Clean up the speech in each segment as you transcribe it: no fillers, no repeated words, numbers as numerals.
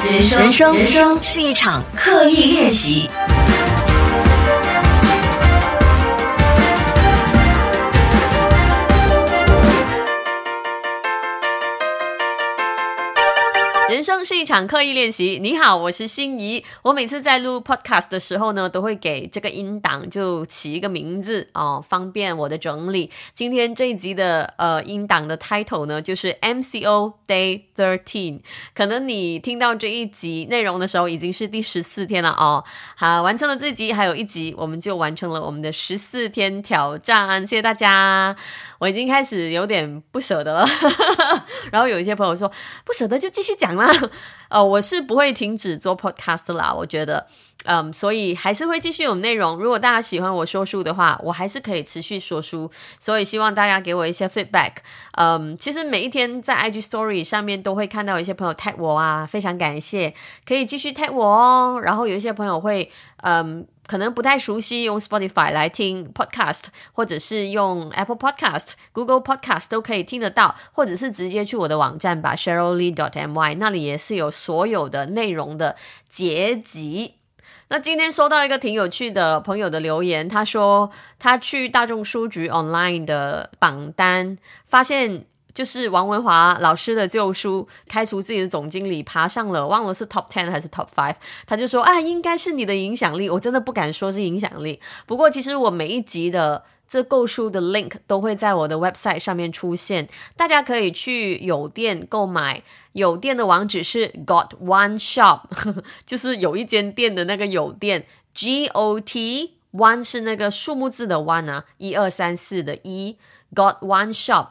人生是一场刻意练习。人生是一场刻意练习。你好，我是心怡。我每次在录 podcast 的时候呢，都会给这个音档就起一个名字哦，方便我的整理。今天这一集的音档的 title 呢，就是 MCO Day 13。可能你听到这一集内容的时候，已经是第14天了哦。好，完成了这一集，还有一集，我们就完成了我们的14天挑战。谢谢大家。我已经开始有点不舍得了，然后有一些朋友说不舍得就继续讲啦。我是不会停止做 podcast 啦，我觉得所以还是会继续有内容。如果大家喜欢我说书的话，我还是可以持续说书，所以希望大家给我一些 feedback。其实每一天在 IG Story 上面都会看到一些朋友 tag 我啊，非常感谢，可以继续 tag 我哦。然后有一些朋友会可能不太熟悉用 Spotify 来听 podcast， 或者是用 Apple Podcast、Google Podcast 都可以听得到，或者是直接去我的网站吧 sheryllee.my， 那里也是有所有的内容的结集。那今天收到一个挺有趣的朋友的留言，他说他去大众书局 online 的榜单发现就是王文华老师的旧书开除自己的总经理爬上了，忘了是 top 10还是 top 5，他就说应该是你的影响力。我真的不敢说是影响力，不过其实我每一集的这购书的 link 都会在我的 website 上面出现，大家可以去有店购买，有店的网址是 got one shop 就是有一间店的那个有店 GOT one 是那个数目字的 one 啊，1 2 3 4的1Got One Shop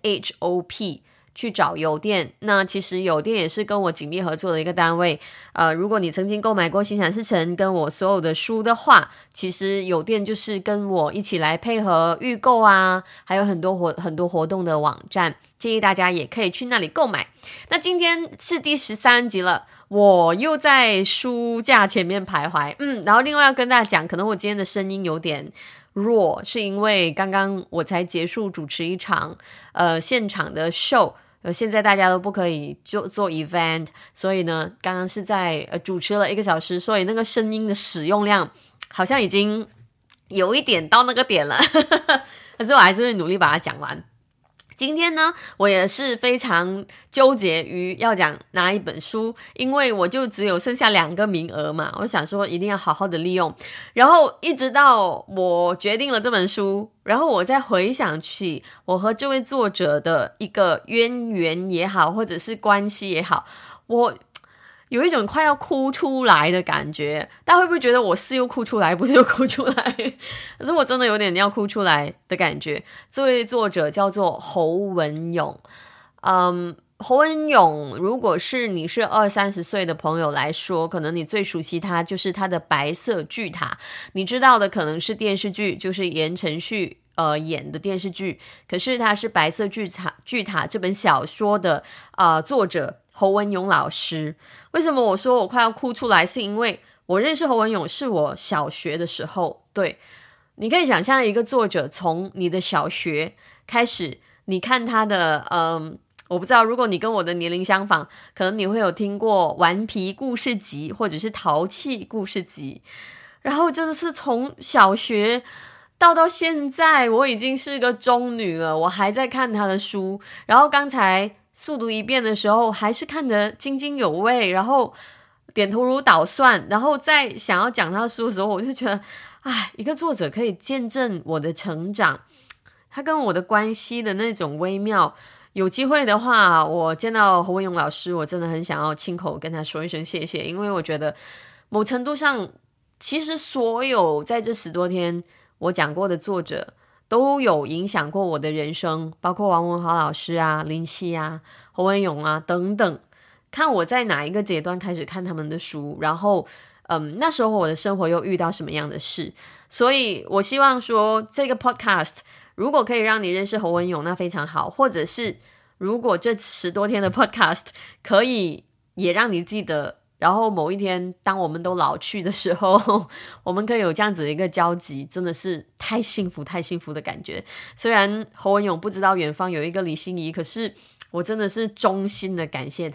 SHOP 去找邮店。那其实邮店也是跟我紧密合作的一个单位。如果你曾经购买过心想事成跟我所有的书的话，其实邮店就是跟我一起来配合预购啊，还有很多活动的网站，建议大家也可以去那里购买。那今天是第13集了，我又在书架前面徘徊。然后另外要跟大家讲，可能我今天的声音有点弱，是因为刚刚我才结束主持一场现场的 show， 现在大家都不可以做 event， 所以呢刚刚是在主持了1个小时，所以那个声音的使用量好像已经有一点到那个点了可是我还是会努力把它讲完。今天呢，我也是非常纠结于要讲哪一本书，因为我就只有剩下2个名额嘛，我想说一定要好好的利用。然后一直到我决定了这本书，然后我再回想起我和这位作者的一个渊源也好，或者是关系也好，我有一种快要哭出来的感觉。大家会不会觉得我是又哭出来，不是又哭出来？可是我真的有点要哭出来的感觉。这位作者叫做侯文勇。侯文勇，如果是你是20-30岁的朋友来说，可能你最熟悉他就是他的白色巨塔。你知道的可能是电视剧，就是言承旭演的电视剧，可是他是白色巨塔这本小说的作者侯文勇老师。为什么我说我快要哭出来，是因为我认识侯文勇是我小学的时候。对，你可以想象一个作者从你的小学开始，你看他的我不知道，如果你跟我的年龄相仿，可能你会有听过顽皮故事集或者是淘气故事集。然后真的是从小学到现在，我已经是个中女了，我还在看他的书。然后刚才速读一遍的时候还是看得津津有味，然后点头如捣蒜。然后在想要讲他的书的时候，我就觉得一个作者可以见证我的成长，他跟我的关系的那种微妙。有机会的话，我见到侯文勇老师，我真的很想要亲口跟他说一声谢谢。因为我觉得某程度上，其实所有在这10多天我讲过的作者都有影响过我的人生，包括王文华老师啊、林夕啊、侯文勇啊等等。看我在哪一个阶段开始看他们的书，然后那时候我的生活又遇到什么样的事。所以我希望说这个 podcast 如果可以让你认识侯文勇，那非常好。或者是如果这10多天的 podcast 可以也让你记得，然后某一天当我们都老去的时候，我们可以有这样子的一个交集，真的是太幸福的感觉。虽然侯文勇不知道远方有一个李心怡，可是我真的是衷心的感谢他。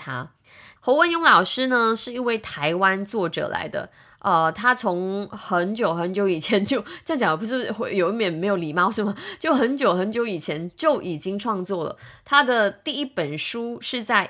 侯文勇老师呢是一位台湾作者来的，他从很久很久以前就这样讲，不是会有一点没有礼貌是吗？就很久很久以前就已经创作了。他的第一本书是在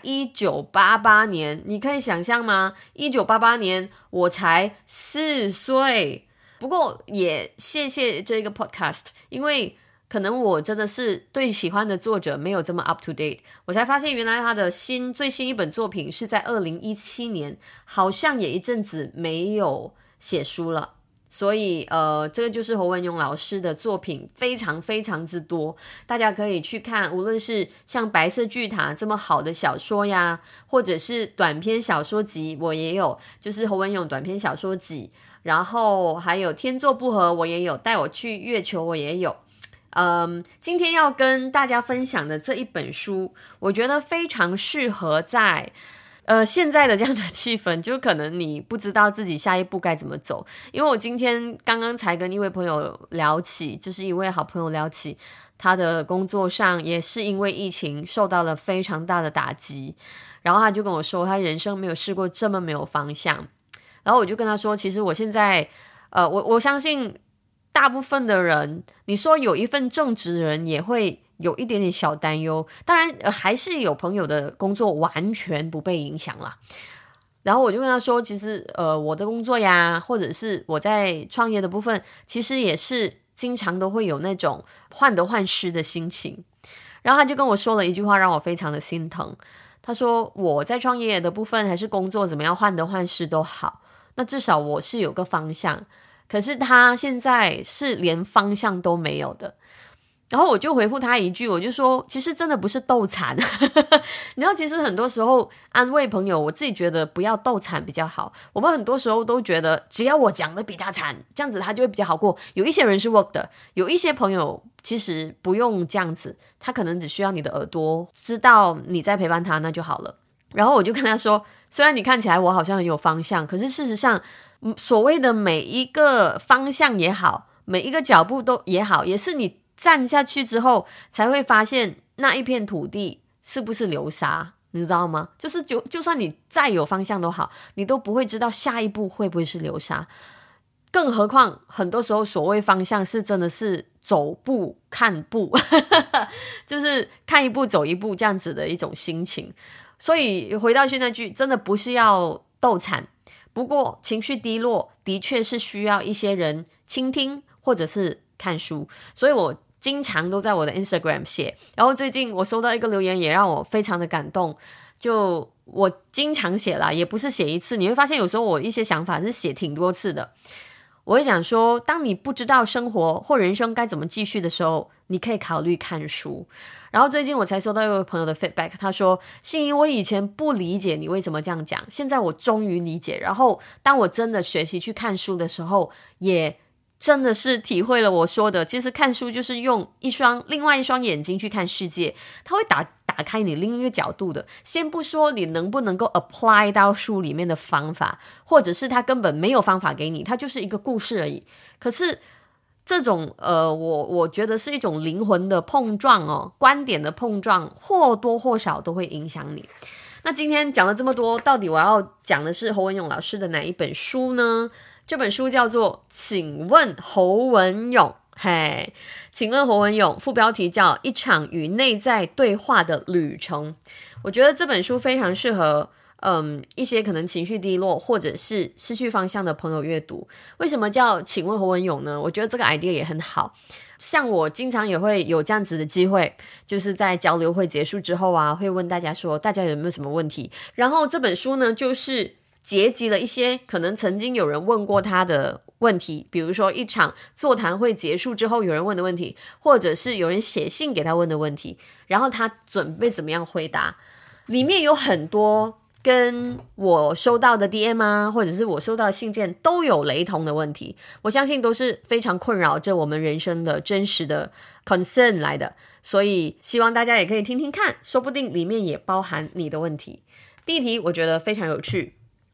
1988年，你可以想象吗？1988年我才4岁。不过也谢谢这个 podcast， 因为可能我真的是对喜欢的作者没有这么 up to date， 我才发现原来他的最新一本作品是在2017年，好像也一阵子没有写书了。所以这个就是侯文勇老师的作品非常非常之多，大家可以去看，无论是像白色巨塔这么好的小说呀，或者是短篇小说集，我也有，就是侯文勇短篇小说集，然后还有天作不合我也有，带我去月球我也有。今天要跟大家分享的这一本书，我觉得非常适合在现在的这样的气氛，就可能你不知道自己下一步该怎么走。因为我今天刚刚才跟一位朋友聊起，就是一位好朋友聊起他的工作上也是因为疫情受到了非常大的打击，然后他就跟我说他人生没有试过这么没有方向。然后我就跟他说，其实我现在我相信大部分的人，你说有一份正职的人也会有一点点小担忧，当然还是有朋友的工作完全不被影响啦。然后我就跟他说，其实我的工作呀，或者是我在创业的部分，其实也是经常都会有那种患得患失的心情。然后他就跟我说了一句话让我非常的心疼，他说我在创业的部分还是工作怎么样患得患失都好，那至少我是有个方向，可是他现在是连方向都没有的。然后我就回复他一句，我就说其实真的不是斗惨你知道其实很多时候安慰朋友，我自己觉得不要斗惨比较好。我们很多时候都觉得只要我讲的比他惨，这样子他就会比较好过。有一些人是 work 的，有一些朋友其实不用这样子，他可能只需要你的耳朵知道你在陪伴他，那就好了。然后我就跟他说，虽然你看起来我好像很有方向，可是事实上所谓的每一个方向也好，每一个脚步都也好，也是你站下去之后才会发现那一片土地是不是流沙，你知道吗？就是就算你再有方向都好，你都不会知道下一步会不会是流沙。更何况很多时候所谓方向是真的是走步看步就是看一步走一步这样子的一种心情。所以回到去那句，真的不是要斗惨，不过情绪低落的确是需要一些人倾听或者是看书。所以我经常都在我的 Instagram 写，然后最近我收到一个留言也让我非常的感动，就我经常写啦，也不是写一次，你会发现有时候我一些想法是写挺多次的。我会想说，当你不知道生活或人生该怎么继续的时候，你可以考虑看书。然后最近我才收到一位朋友的 feedback， 他说，心怡，我以前不理解你为什么这样讲，现在我终于理解，然后当我真的学习去看书的时候，也真的是体会了我说的，其实看书就是用另外一双眼睛去看世界，它会打开你另一个角度的。先不说你能不能够 apply 到书里面的方法，或者是它根本没有方法给你，它就是一个故事而已。可是这种我觉得是一种灵魂的碰撞哦，观点的碰撞，或多或少都会影响你。那今天讲了这么多，到底我要讲的是侯文勇老师的哪一本书呢？这本书叫做请问侯文勇，嘿，请问侯文勇，副标题叫一场与内在对话的旅程。我觉得这本书非常适合一些可能情绪低落或者是失去方向的朋友阅读。为什么叫请问侯文勇呢？我觉得这个 idea 也很好。像我经常也会有这样子的机会，就是在交流会结束之后啊，会问大家说大家有没有什么问题，然后这本书呢就是结集了一些可能曾经有人问过他的问题，比如说一场座谈会结束之后有人问的问题，或者是有人写信给他问的问题，然后他准备怎么样回答。里面有很多跟我收到的 DM 啊，或者是我收到的信件都有雷同的问题，我相信都是非常困扰着我们人生的真实的 concern 来的，所以希望大家也可以听听看，说不定里面也包含你的问题。第一题我觉得非常有趣，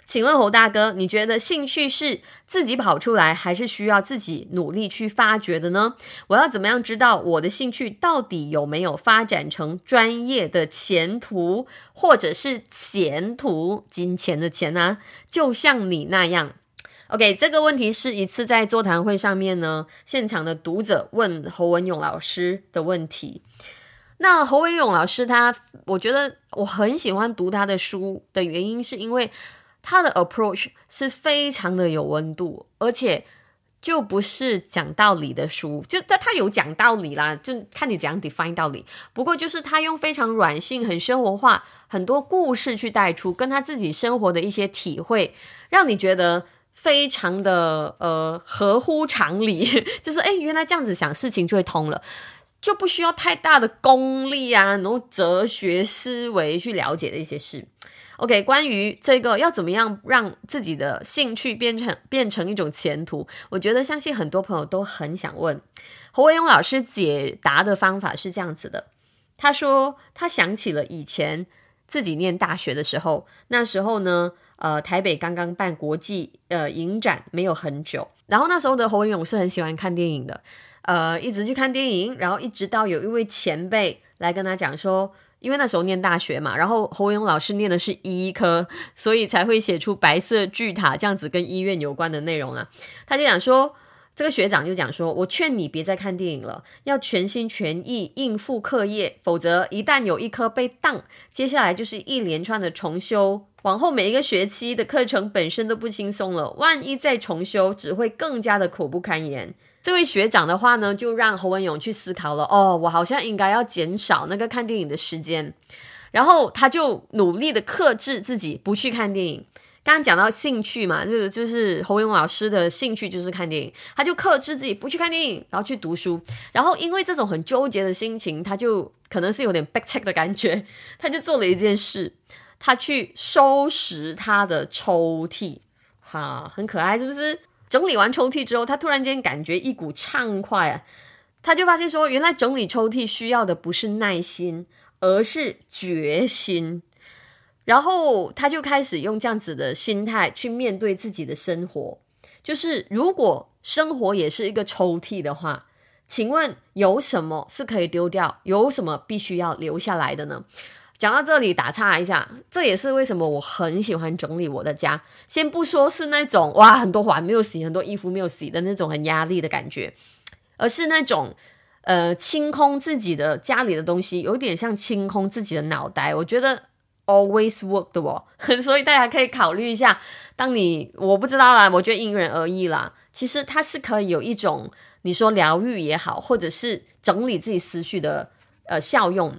请问侯大哥，你觉得兴趣是自己跑出来，还是需要自己努力去发掘的呢？我要怎么样知道我的兴趣到底有没有发展成专业的前途，或者是前途，金钱的钱啊，就像你那样？OK， 这个问题是一次在座谈会上面呢，现场的读者问侯文勇老师的问题。那侯文勇老师我觉得我很喜欢读他的书的原因，是因为他的 approach 是非常的有温度，而且就不是讲道理的书，就他有讲道理啦，就看你怎样 define 道理。不过就是他用非常软性、很生活化、很多故事去带出，跟他自己生活的一些体会，让你觉得非常的合乎常理，就是原来这样子想事情就会通了，就不需要太大的功力啊，然后哲学思维去了解的一些事。OK， 关于这个要怎么样让自己的兴趣变成一种前途，我觉得相信很多朋友都很想问。侯文勇老师解答的方法是这样子的，他说他想起了以前自己念大学的时候，那时候呢台北刚刚办国际影展没有很久，然后那时候的侯文勇是很喜欢看电影的，一直去看电影，然后一直到有一位前辈来跟他讲说，因为那时候念大学嘛，然后侯文勇老师念的是医科，所以才会写出白色巨塔这样子跟医院有关的内容啊。他就讲说，这个学长就讲说，我劝你别再看电影了，要全心全意应付课业，否则一旦有一科被当，接下来就是一连串的重修，往后每一个学期的课程本身都不轻松了，万一再重修，只会更加的苦不堪言。这位学长的话呢，就让侯文勇去思考了，我好像应该要减少那个看电影的时间，然后他就努力的克制自己不去看电影。刚刚讲到兴趣嘛，就是侯文勇老师的兴趣就是看电影，他就克制自己不去看电影，然后去读书。然后因为这种很纠结的心情，他就可能是有点 backcheck 的感觉，他就做了一件事，他去收拾他的抽屉，很可爱是不是？整理完抽屉之后，他突然间感觉一股畅快啊！他就发现说，原来整理抽屉需要的不是耐心，而是决心。然后他就开始用这样子的心态去面对自己的生活，就是如果生活也是一个抽屉的话，请问有什么是可以丢掉，有什么必须要留下来的呢？讲到这里打岔一下，这也是为什么我很喜欢整理我的家。先不说是那种很多碗没有洗，很多衣服没有洗的那种很压力的感觉，而是那种清空自己的家里的东西，有点像清空自己的脑袋，我觉得 always work 的所以大家可以考虑一下，我不知道啦，我觉得因人而异啦，其实它是可以有一种你说疗愈也好，或者是整理自己思绪的效用。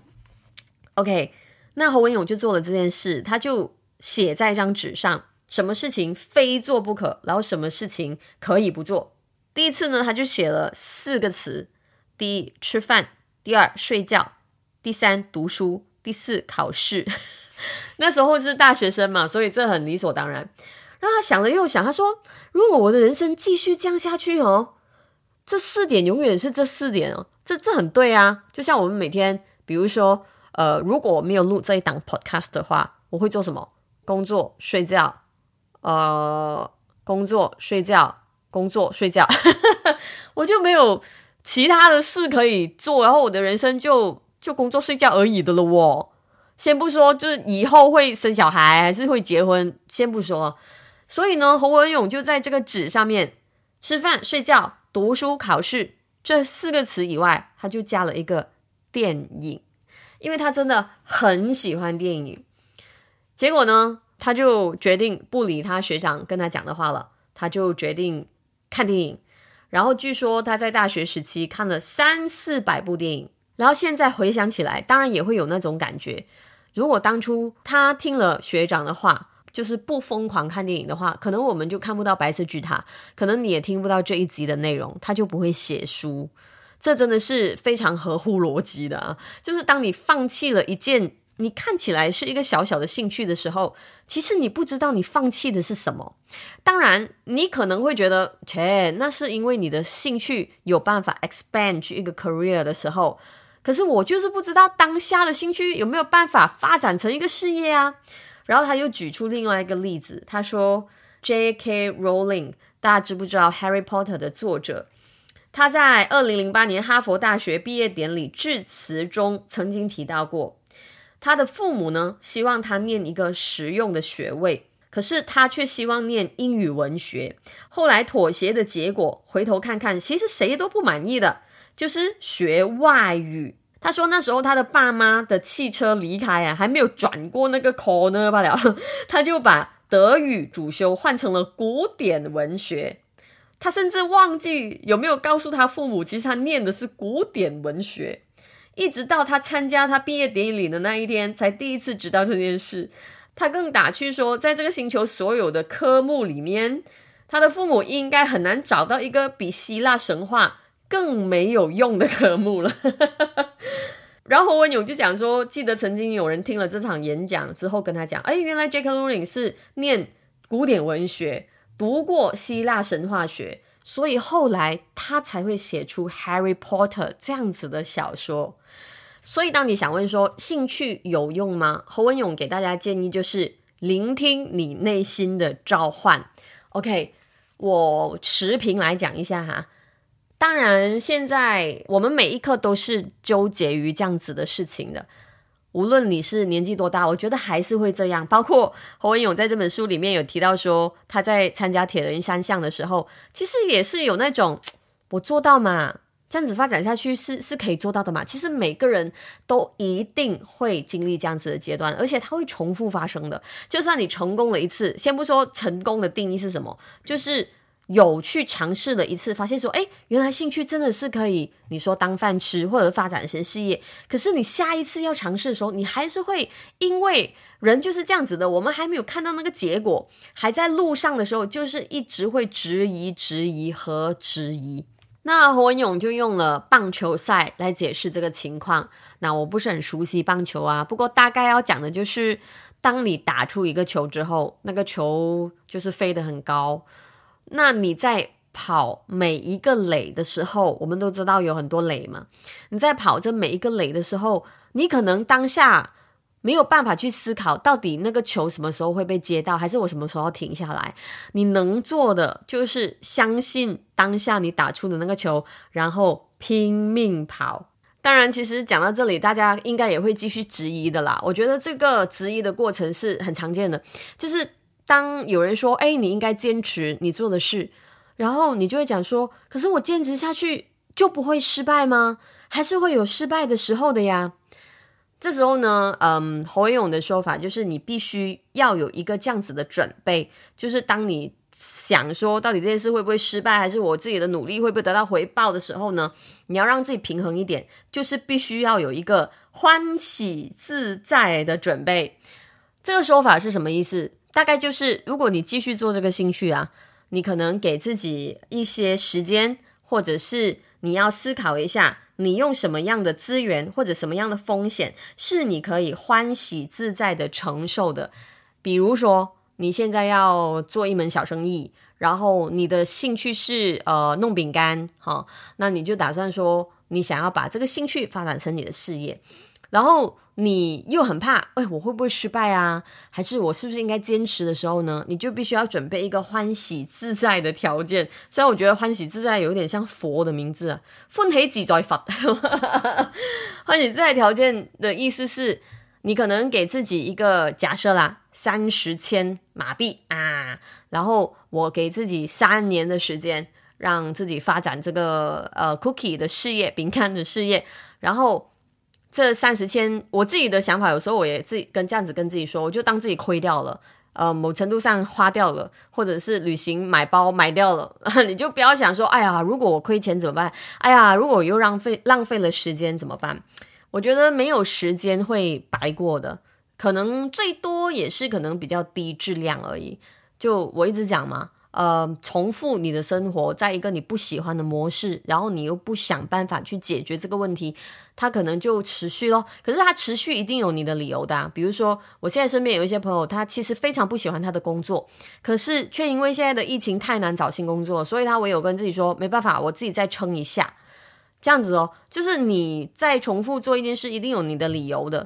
OK，那侯文勇就做了这件事，他就写在一张纸上，什么事情非做不可，然后什么事情可以不做。第一次呢，他就写了4个词，第一吃饭，第二睡觉，第三读书，第4考试。那时候是大学生嘛，所以这很理所当然。然后他想了又想，他说如果我的人生继续这样下去这4点永远是这4点这很对啊。就像我们每天比如说如果我没有录这一档 podcast 的话，我会做什么？工作睡觉工作睡觉工作睡觉我就没有其他的事可以做，然后我的人生就工作睡觉而已的了先不说就是以后会生小孩还是会结婚，先不说。所以呢，侯文勇就在这个纸上面，吃饭睡觉读书考试这4个词以外，他就加了一个电影，因为他真的很喜欢电影。结果呢，他就决定不理他学长跟他讲的话了，他就决定看电影。然后据说他在大学时期看了300-400部电影，然后现在回想起来，当然也会有那种感觉，如果当初他听了学长的话，就是不疯狂看电影的话，可能我们就看不到白色巨塔，可能你也听不到这一集的内容，他就不会写书。这真的是非常合乎逻辑的就是当你放弃了一件你看起来是一个小小的兴趣的时候，其实你不知道你放弃的是什么。当然你可能会觉得那是因为你的兴趣有办法 expand 去一个 career 的时候，可是我就是不知道当下的兴趣有没有办法发展成一个事业啊。 然后他又举出另外一个例子，他说 J.K. Rowling， 大家知不知道 Harry Potter 的作者，他在2008年哈佛大学毕业典礼致辞中曾经提到过，他的父母呢希望他念一个实用的学位，可是他却希望念英语文学，后来妥协的结果回头看看其实谁都不满意的，就是学外语。他说那时候他的爸妈的汽车离开还没有转过那个 corner 罢了，他就把德语主修换成了古典文学。他甚至忘记有没有告诉他父母，其实他念的是古典文学，一直到他参加他毕业典礼的那一天才第一次知道这件事。他更打趣说，在这个星球所有的科目里面，他的父母应该很难找到一个比希腊神话更没有用的科目了。然后侯文勇就讲说，记得曾经有人听了这场演讲之后跟他讲，原来 J.K. Rowling 是念古典文学，读过希腊神话学，所以后来他才会写出 Harry Potter 这样子的小说。所以当你想问说兴趣有用吗？侯文勇给大家建议就是聆听你内心的召唤。 OK， 我持平来讲一下哈。当然现在我们每一刻都是纠结于这样子的事情的，无论你是年纪多大，我觉得还是会这样。包括侯文勇在这本书里面有提到说，他在参加铁人三项的时候，其实也是有那种我做到嘛，这样子发展下去是可以做到的嘛。其实每个人都一定会经历这样子的阶段，而且它会重复发生的。就算你成功了一次，先不说成功的定义是什么，就是有去尝试了一次，发现说原来兴趣真的是可以你说当饭吃或者发展成事业，可是你下一次要尝试的时候，你还是会，因为人就是这样子的，我们还没有看到那个结果，还在路上的时候，就是一直会质疑和质疑。那侯文勇就用了棒球赛来解释这个情况。那我不是很熟悉棒球不过大概要讲的就是，当你打出一个球之后，那个球就是飞得很高，那你在跑每一个垒的时候，我们都知道有很多垒嘛，你在跑这每一个垒的时候，你可能当下没有办法去思考到底那个球什么时候会被接到，还是我什么时候要停下来。你能做的就是相信当下你打出的那个球，然后拼命跑。当然其实讲到这里，大家应该也会继续质疑的啦。我觉得这个质疑的过程是很常见的，就是当有人说你应该坚持你做的事，然后你就会讲说，可是我坚持下去就不会失败吗？还是会有失败的时候的呀。这时候呢侯文勇的说法就是你必须要有一个这样子的准备，就是当你想说到底这件事会不会失败，还是我自己的努力会不会得到回报的时候呢，你要让自己平衡一点，就是必须要有一个欢喜自在的准备。这个说法是什么意思？大概就是如果你继续做这个兴趣你可能给自己一些时间，或者是你要思考一下你用什么样的资源或者什么样的风险是你可以欢喜自在的承受的。比如说你现在要做一门小生意，然后你的兴趣是弄饼干那你就打算说你想要把这个兴趣发展成你的事业，然后你又很怕我会不会失败还是我是不是应该坚持的时候呢，你就必须要准备一个欢喜自在的条件。虽然我觉得欢喜自在有点像佛的名字欢喜自在佛欢喜自在条件的意思是你可能给自己一个假设啦，30千马币然后我给自己3年的时间让自己发展这个cookie 的事业，饼干的事业，然后这30千，我自己的想法有时候我也这样子跟自己说，我就当自己亏掉了某程度上花掉了，或者是旅行买包买掉了你就不要想说如果我亏钱怎么办，如果我又浪费了时间怎么办。我觉得没有时间会白过的，可能最多也是可能比较低质量而已。就我一直讲嘛重复你的生活在一个你不喜欢的模式，然后你又不想办法去解决这个问题，它可能就持续咯。可是它持续一定有你的理由的比如说我现在身边有一些朋友，他其实非常不喜欢他的工作，可是却因为现在的疫情太难找新工作，所以他唯有跟自己说没办法，我自己再撑一下，这样子就是你在重复做一件事一定有你的理由的。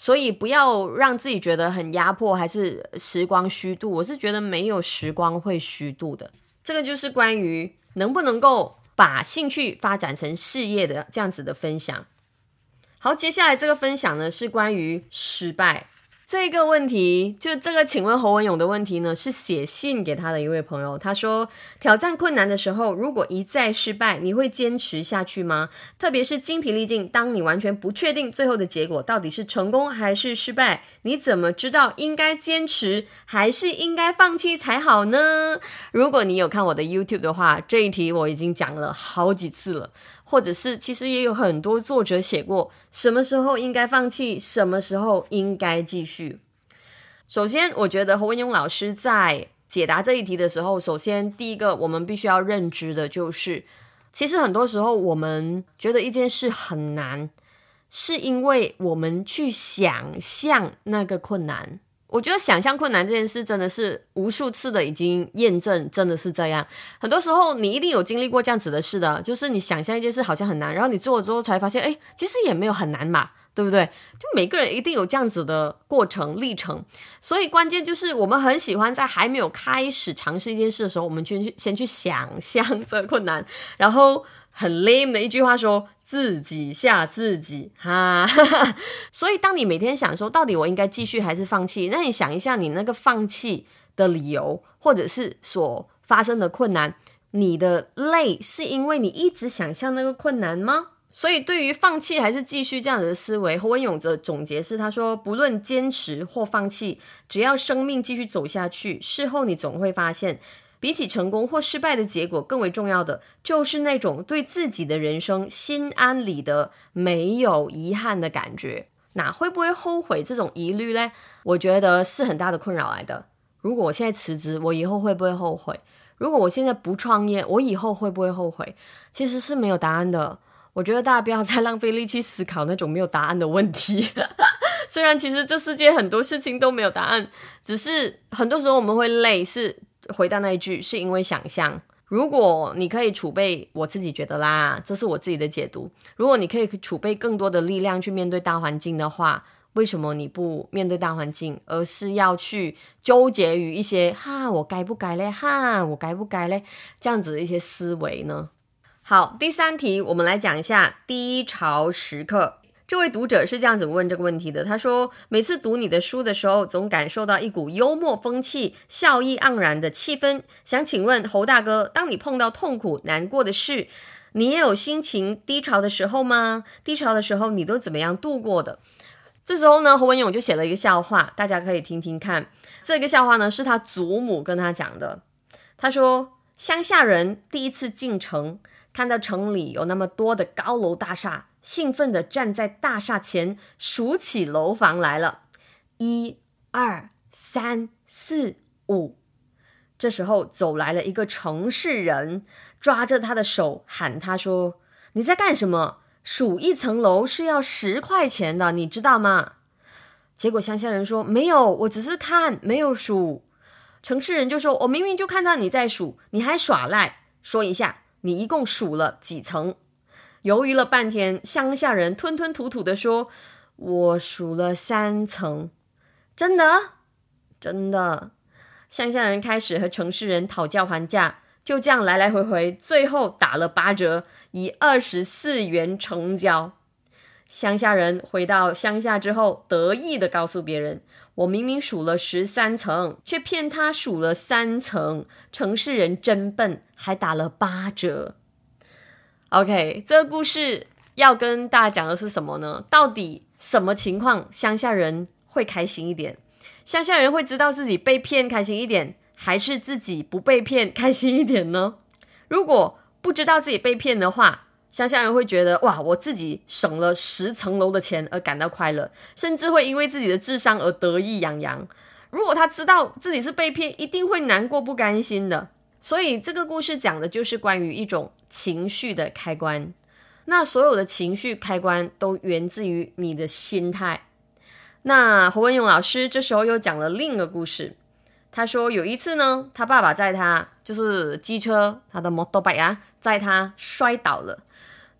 所以不要让自己觉得很压迫，还是时光虚度。我是觉得没有时光会虚度的。这个就是关于能不能够把兴趣发展成事业的这样子的分享。好，接下来这个分享呢是关于失败这个问题，就这个请问侯文勇的问题呢，是写信给他的一位朋友。他说，挑战困难的时候，如果一再失败，你会坚持下去吗？特别是精疲力尽，当你完全不确定最后的结果到底是成功还是失败，你怎么知道应该坚持还是应该放弃才好呢？如果你有看我的 YouTube 的话，这一题我已经讲了好几次了，或者是其实也有很多作者写过什么时候应该放弃，什么时候应该继续。首先我觉得侯文勇老师在解答这一题的时候，首先第一个我们必须要认知的就是，其实很多时候我们觉得一件事很难，是因为我们去想象那个困难。我觉得想象困难这件事真的是无数次的已经验证真的是这样。很多时候你一定有经历过这样子的事的，就是你想象一件事好像很难，然后你做了之后才发现其实也没有很难嘛，对不对？就每个人一定有这样子的过程历程。所以关键就是我们很喜欢在还没有开始尝试一件事的时候，我们先去想象这个困难，然后很 lame 的一句话说自己吓自己哈。所以当你每天想说到底我应该继续还是放弃，那你想一下你那个放弃的理由，或者是所发生的困难，你的累是因为你一直想象那个困难吗？所以对于放弃还是继续这样的思维，侯文勇的总结是他说，不论坚持或放弃，只要生命继续走下去，事后你总会发现，比起成功或失败的结果，更为重要的就是那种对自己的人生心安理得，没有遗憾的感觉。那会不会后悔这种疑虑呢？我觉得是很大的困扰来的。如果我现在辞职，我以后会不会后悔？如果我现在不创业，我以后会不会后悔？其实是没有答案的。我觉得大家不要再浪费力气思考那种没有答案的问题。虽然其实这世界很多事情都没有答案，只是很多时候我们会累，是回到那一句，是因为想象。如果你可以储备，我自己觉得啦，这是我自己的解读，如果你可以储备更多的力量去面对大环境的话，为什么你不面对大环境，而是要去纠结于一些我该不该嘞，我该不该嘞，这样子的一些思维呢？好，第三题我们来讲一下低潮时刻。这位读者是这样子问这个问题的，他说，每次读你的书的时候，总感受到一股幽默风气、笑意盎然的气氛。想请问侯大哥，当你碰到痛苦难过的事，你也有心情低潮的时候吗？低潮的时候你都怎么样度过的？这时候呢，侯文勇就写了一个笑话，大家可以听听看。这个笑话呢是他祖母跟他讲的。他说，乡下人第一次进城，看到城里有那么多的高楼大厦，兴奋地站在大厦前数起楼房来了，1、2、3、4、5。这时候走来了一个城市人，抓着他的手喊他说，你在干什么？数一层楼是要10块钱的，你知道吗？结果乡下人说，没有，我只是看，没有数。城市人就说，我明明就看到你在数，你还耍赖，说一下你一共数了几层？犹豫了半天，乡下人吞吞吐吐地说，我数了3层。真的？真的。乡下人开始和城市人讨价还价，就这样来来回回，最后打了8折，以24元成交。乡下人回到乡下之后，得意地告诉别人，我明明数了13层，却骗他数了3层。城市人真笨，还打了8折。OK， 这个故事要跟大家讲的是什么呢？到底什么情况乡下人会开心一点？乡下人会知道自己被骗开心一点，还是自己不被骗开心一点呢？如果不知道自己被骗的话，乡下人会觉得哇，我自己省了10层楼的钱而感到快乐，甚至会因为自己的智商而得意洋洋。如果他知道自己是被骗，一定会难过不甘心的。所以这个故事讲的就是关于一种情绪的开关。那所有的情绪开关都源自于你的心态。那侯文勇老师这时候又讲了另一个故事。他说有一次呢，他爸爸载他，就是机车，他的 motorbike 载他摔倒了。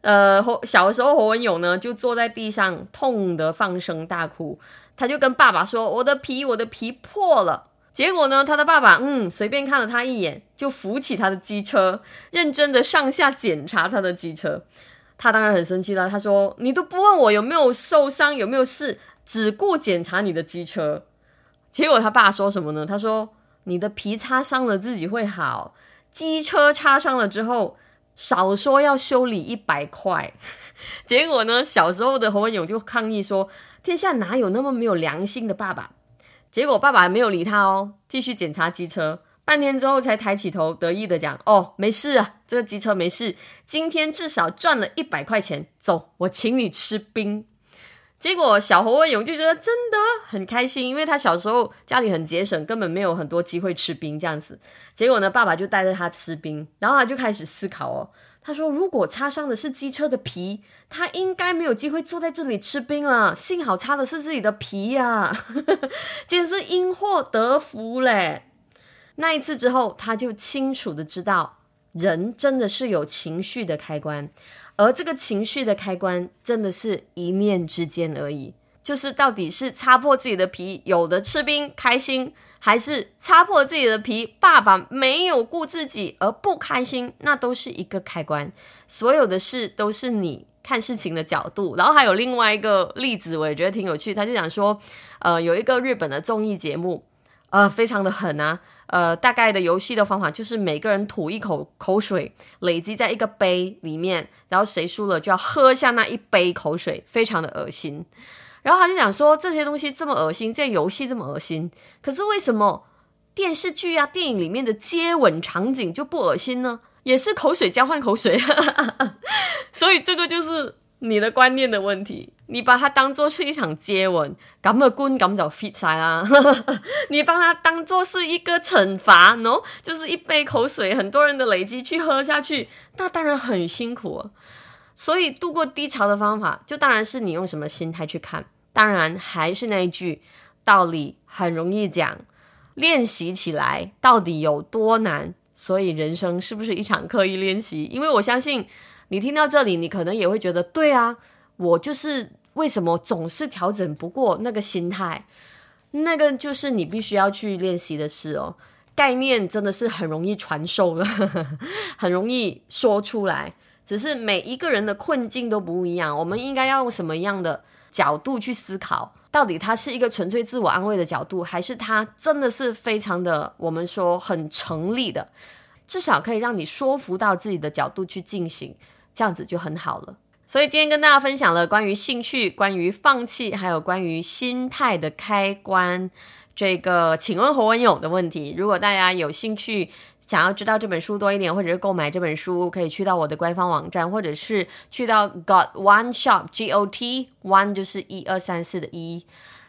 小的时候侯文勇呢就坐在地上痛得放声大哭，他就跟爸爸说我的皮破了。结果呢他的爸爸随便看了他一眼，就扶起他的机车，认真的上下检查他的机车。他当然很生气了，他说你都不问我有没有受伤有没有事，只顾检查你的机车。结果他爸说什么呢？他说你的皮擦伤了自己会好，机车擦伤了之后少说要修理100块。结果呢小时候的侯文勇就抗议说天下哪有那么没有良心的爸爸。结果爸爸没有理他哦，继续检查机车，半天之后才抬起头得意的讲没事啊，这个机车没事，今天至少赚了100块钱，走，我请你吃冰。结果小侯文勇就觉得真的很开心，因为他小时候家里很节省，根本没有很多机会吃冰这样子。结果呢爸爸就带着他吃冰，然后他就开始思考他说如果擦伤的是机车的皮，他应该没有机会坐在这里吃冰了，幸好擦的是自己的皮啊。简直是因祸得福嘞。那一次之后他就清楚的知道人真的是有情绪的开关，而这个情绪的开关真的是一念之间而已，就是到底是擦破自己的皮有的吃冰开心，还是擦破自己的皮爸爸没有顾自己而不开心，那都是一个开关。所有的事都是你看事情的角度。然后还有另外一个例子我也觉得挺有趣，他就讲说有一个日本的综艺节目非常的狠啊，大概的游戏的方法就是每个人吐一口口水累积在一个杯里面，然后谁输了就要喝下那一杯口水，非常的恶心。然后他就讲说这些东西这么恶心，这些游戏这么恶心，可是为什么电视剧啊电影里面的接吻场景就不恶心呢？也是口水交换口水。所以这个就是你的观念的问题，你把它当作是一場接吻，咁嘅觀感就 fit 晒啦。你把它當作是一個懲罰 no？ 就是一杯口水很多人的累積去喝下去，那當然很辛苦。所以度過低潮的方法就當然是你用什麼心態去看，當然還是那一句道理很容易講，練習起來到底有多難。所以人生是不是一場刻意練習？因為我相信你聽到這裡你可能也會覺得對啊，我就是為什麼總是調整不過那個心態，那個就是你必須要去練習的事哦。概念真的是很容易傳授的，很容易說出來，只是每一個人的困境都不一樣，我們應該要用什麼樣的角度去思考，到底它是一個純粹自我安慰的角度，還是它真的是非常的我們說很成立的，至少可以讓你說服到自己的角度去進行，這樣子就很好了。所以今天跟大家分享了關於興趣、關於放棄還有關於心態的開關，這個請問侯文勇的問題。如果大家有興趣想要知道這本書多一點，或者是購買這本書，可以去到我的官方網站，或者是去到 Got One Shop GOT One 就是1 2 3 4的1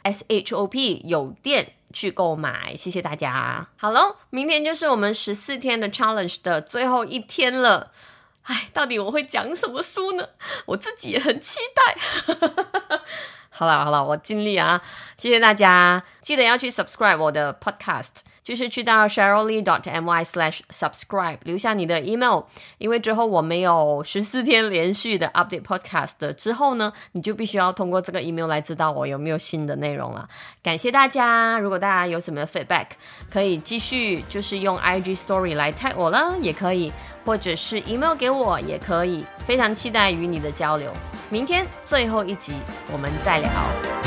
SHOP 有店去購買。謝謝大家。好了，明天就是我們14天的 challenge 的最後一天了。唉，到底我會講什麼書呢？我自己也很期待。好啦，我盡力啊！謝謝大家，記得要去 subscribe 我的 podcast， 就是去到 sheryllee.my/subscribe 留下你的 email， 因為之後我沒有14天連續的 update podcast 的之後呢，你就必須要通過這個 email 來知道我有沒有新的內容了。感謝大家，如果大家有什麼 feedback， 可以繼續就是用 IG story 來 tag 我了，也可以，或者是 email 給我也可以，非常期待與你的交流。明天最後一集我們再聊。